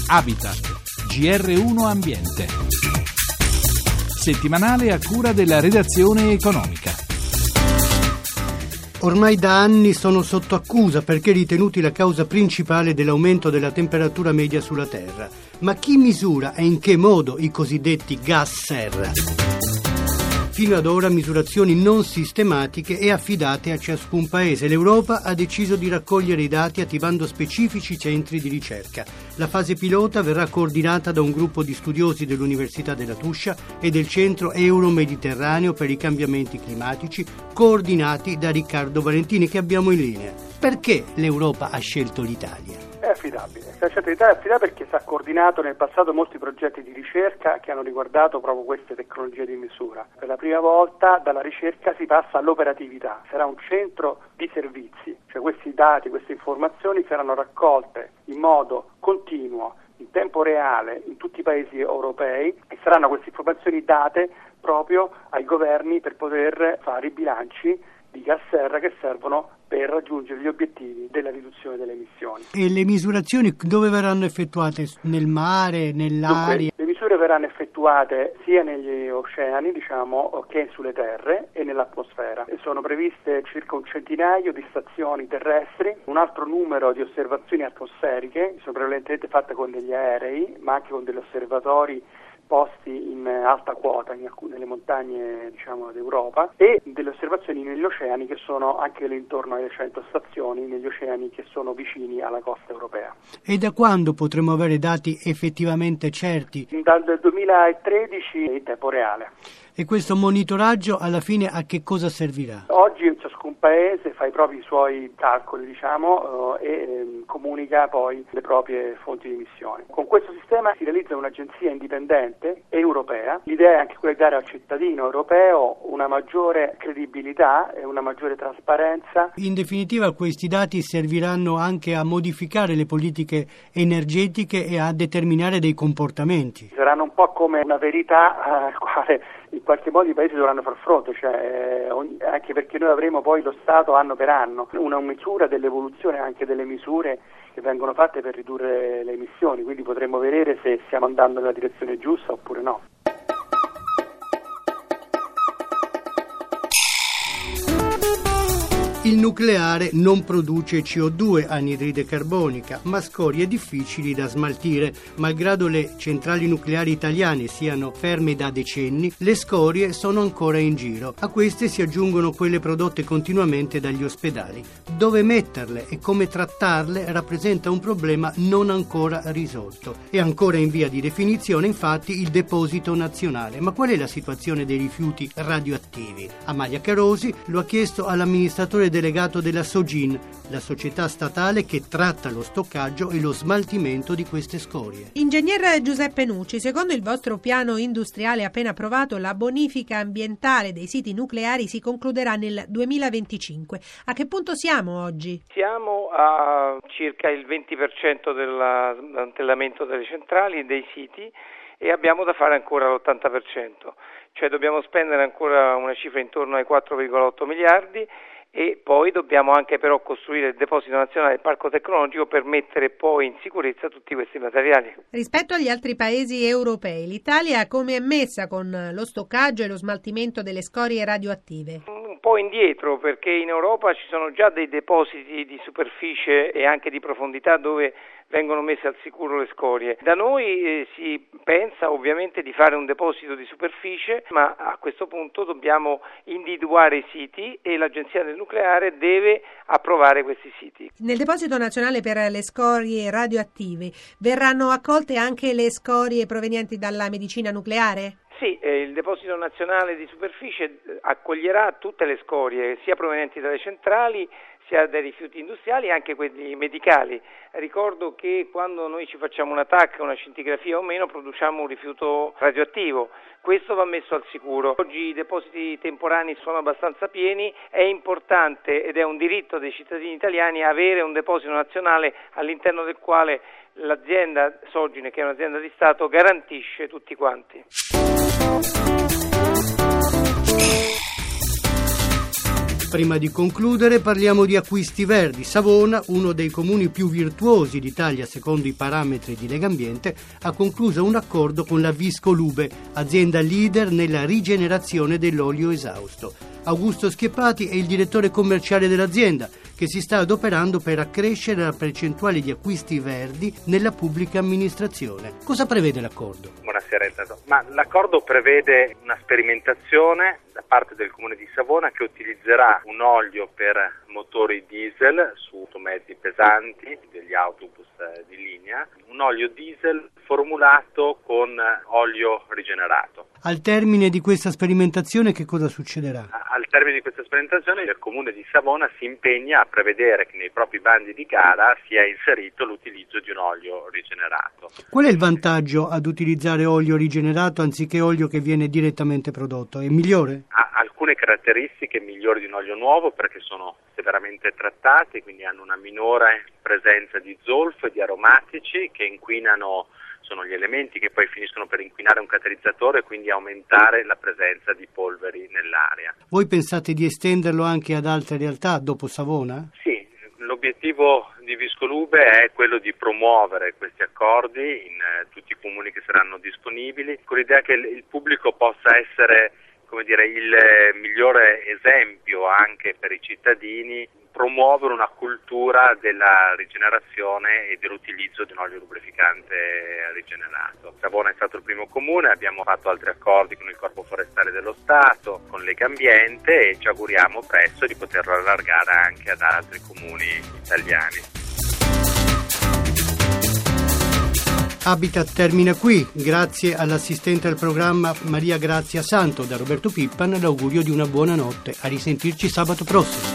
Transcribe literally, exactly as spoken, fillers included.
Habitat, G R uno Ambiente. Settimanale a cura della redazione economica. Ormai da anni sono sotto accusa perché ritenuti la causa principale dell'aumento della temperatura media sulla Terra. Ma chi misura e in che modo i cosiddetti gas serra? Fino ad ora misurazioni non sistematiche e affidate a ciascun paese. L'Europa ha deciso di raccogliere i dati attivando specifici centri di ricerca. La fase pilota verrà coordinata da un gruppo di studiosi dell'Università della Tuscia e del Centro Euro-Mediterraneo per i cambiamenti climatici, coordinati da Riccardo Valentini, che abbiamo in linea. Perché l'Europa ha scelto l'Italia? È affidabile. La scelta d'Italia è affidabile perché si è coordinato nel passato molti progetti di ricerca che hanno riguardato proprio queste tecnologie di misura. Per la prima volta dalla ricerca si passa all'operatività. Sarà un centro di servizi, cioè questi dati, queste informazioni saranno raccolte in modo continuo, in tempo reale, in tutti i paesi europei e saranno queste informazioni date proprio ai governi per poter fare i bilanci di gas serra che servono per raggiungere gli obiettivi della riduzione delle emissioni. E le misurazioni dove verranno effettuate? Nel mare, nell'aria? Dunque, le misure verranno effettuate sia negli oceani, diciamo, che sulle terre e nell'atmosfera. E sono previste circa un centinaio di stazioni terrestri, un altro numero di osservazioni atmosferiche, sono prevalentemente fatte con degli aerei, ma anche con degli osservatori posti in alta quota in alcune nelle montagne, diciamo, d'Europa, e delle osservazioni negli oceani che sono anche intorno alle cento stazioni negli oceani che sono vicini alla costa europea. E da quando potremo avere dati effettivamente certi? Dal duemilatredici in tempo reale. E questo monitoraggio alla fine a che cosa servirà? Oggi ciascun paese fa i propri suoi calcoli, diciamo, eh, e eh, comunica poi le proprie fonti di emissione. Con questo sistema si realizza un'agenzia indipendente europea. L'idea è anche quella di dare al cittadino europeo una maggiore credibilità e una maggiore trasparenza. In definitiva, questi dati serviranno anche a modificare le politiche energetiche e a determinare dei comportamenti. Saranno un po' come una verità al quale in qualche modo i paesi dovranno far fronte, cioè, ogni, anche perché noi avremo poi lo Stato anno per anno una misura dell'evoluzione anche delle misure che vengono fatte per ridurre le emissioni, quindi potremo vedere se stiamo andando nella direzione giusta oppure no. Il nucleare non produce C O due, anidride carbonica, ma scorie difficili da smaltire. Malgrado le centrali nucleari italiane siano ferme da decenni, le scorie sono ancora in giro. A queste si aggiungono quelle prodotte continuamente dagli ospedali. Dove metterle e come trattarle rappresenta un problema non ancora risolto. È ancora in via di definizione, infatti, il deposito nazionale. Ma qual è la situazione dei rifiuti radioattivi? Amalia Carosi lo ha chiesto all'amministratore delegato della Sogin, la società statale che tratta lo stoccaggio e lo smaltimento di queste scorie. Ingegner Giuseppe Nucci, secondo il vostro piano industriale appena approvato, la bonifica ambientale dei siti nucleari si concluderà nel duemilaventicinque. A che punto siamo oggi? Siamo a circa il venti per cento del smantellamento delle centrali e dei siti e abbiamo da fare ancora l'ottanta per cento, cioè dobbiamo spendere ancora una cifra intorno ai quattro virgola otto miliardi. E poi dobbiamo anche però costruire il deposito nazionale del parco tecnologico per mettere poi in sicurezza tutti questi materiali. Rispetto agli altri paesi europei, l'Italia come è messa con lo stoccaggio e lo smaltimento delle scorie radioattive? Un po' indietro, perché in Europa ci sono già dei depositi di superficie e anche di profondità dove vengono messe al sicuro le scorie. Da noi eh, si pensa ovviamente di fare un deposito di superficie, ma a questo punto dobbiamo individuare i siti e l'Agenzia del Nucleare deve approvare questi siti. Nel deposito nazionale per le scorie radioattive verranno accolte anche le scorie provenienti dalla medicina nucleare? Sì, eh, il deposito nazionale di superficie accoglierà tutte le scorie, sia provenienti dalle centrali, sia dai rifiuti industriali e anche quelli medicali. Ricordo che quando noi ci facciamo una T A C, una scintigrafia o meno, produciamo un rifiuto radioattivo. Questo va messo al sicuro. Oggi i depositi temporanei sono abbastanza pieni, è importante ed è un diritto dei cittadini italiani avere un deposito nazionale all'interno del quale l'azienda Sogin, che è un'azienda di Stato, garantisce tutti quanti. Prima di concludere parliamo di acquisti verdi. Savona, uno dei comuni più virtuosi d'Italia secondo i parametri di Legambiente, ha concluso un accordo con la Viscolube, azienda leader nella rigenerazione dell'olio esausto. Augusto Schieppati è il direttore commerciale dell'azienda, che si sta adoperando per accrescere la percentuale di acquisti verdi nella pubblica amministrazione. Cosa prevede l'accordo? Buonasera intanto. Ma l'accordo prevede una sperimentazione da parte del Comune di Savona che utilizzerà un olio per motori diesel su mezzi pesanti degli autobus di linea, un olio diesel formulato con olio rigenerato. Al termine di questa sperimentazione che cosa succederà? Al termine di questa sperimentazione il Comune di Savona si impegna a prevedere che nei propri bandi di gara sia inserito l'utilizzo di un olio rigenerato. Qual è il vantaggio ad utilizzare olio rigenerato anziché olio che viene direttamente prodotto? È migliore? Ha alcune caratteristiche migliori di un olio nuovo perché sono severamente trattati, quindi hanno una minore presenza di zolfo e di aromatici che inquinano. Sono gli elementi che poi finiscono per inquinare un catalizzatore e quindi aumentare la presenza di polveri nell'aria. Voi pensate di estenderlo anche ad altre realtà dopo Savona? Sì, l'obiettivo di Viscolube è quello di promuovere questi accordi in eh, tutti i comuni che saranno disponibili, con l'idea che il, il pubblico possa essere, come dire, il eh, migliore esempio anche per i cittadini, promuovere una cultura della rigenerazione e dell'utilizzo di un olio lubrificante rigenerato. Savona è stato il primo comune, abbiamo fatto altri accordi con il Corpo Forestale dello Stato, con Legambiente e ci auguriamo presto di poterlo allargare anche ad altri comuni italiani. Habitat termina qui. Grazie all'assistente al programma Maria Grazia Santo. Da Roberto Pippan l'augurio di una buona notte. A risentirci sabato prossimo.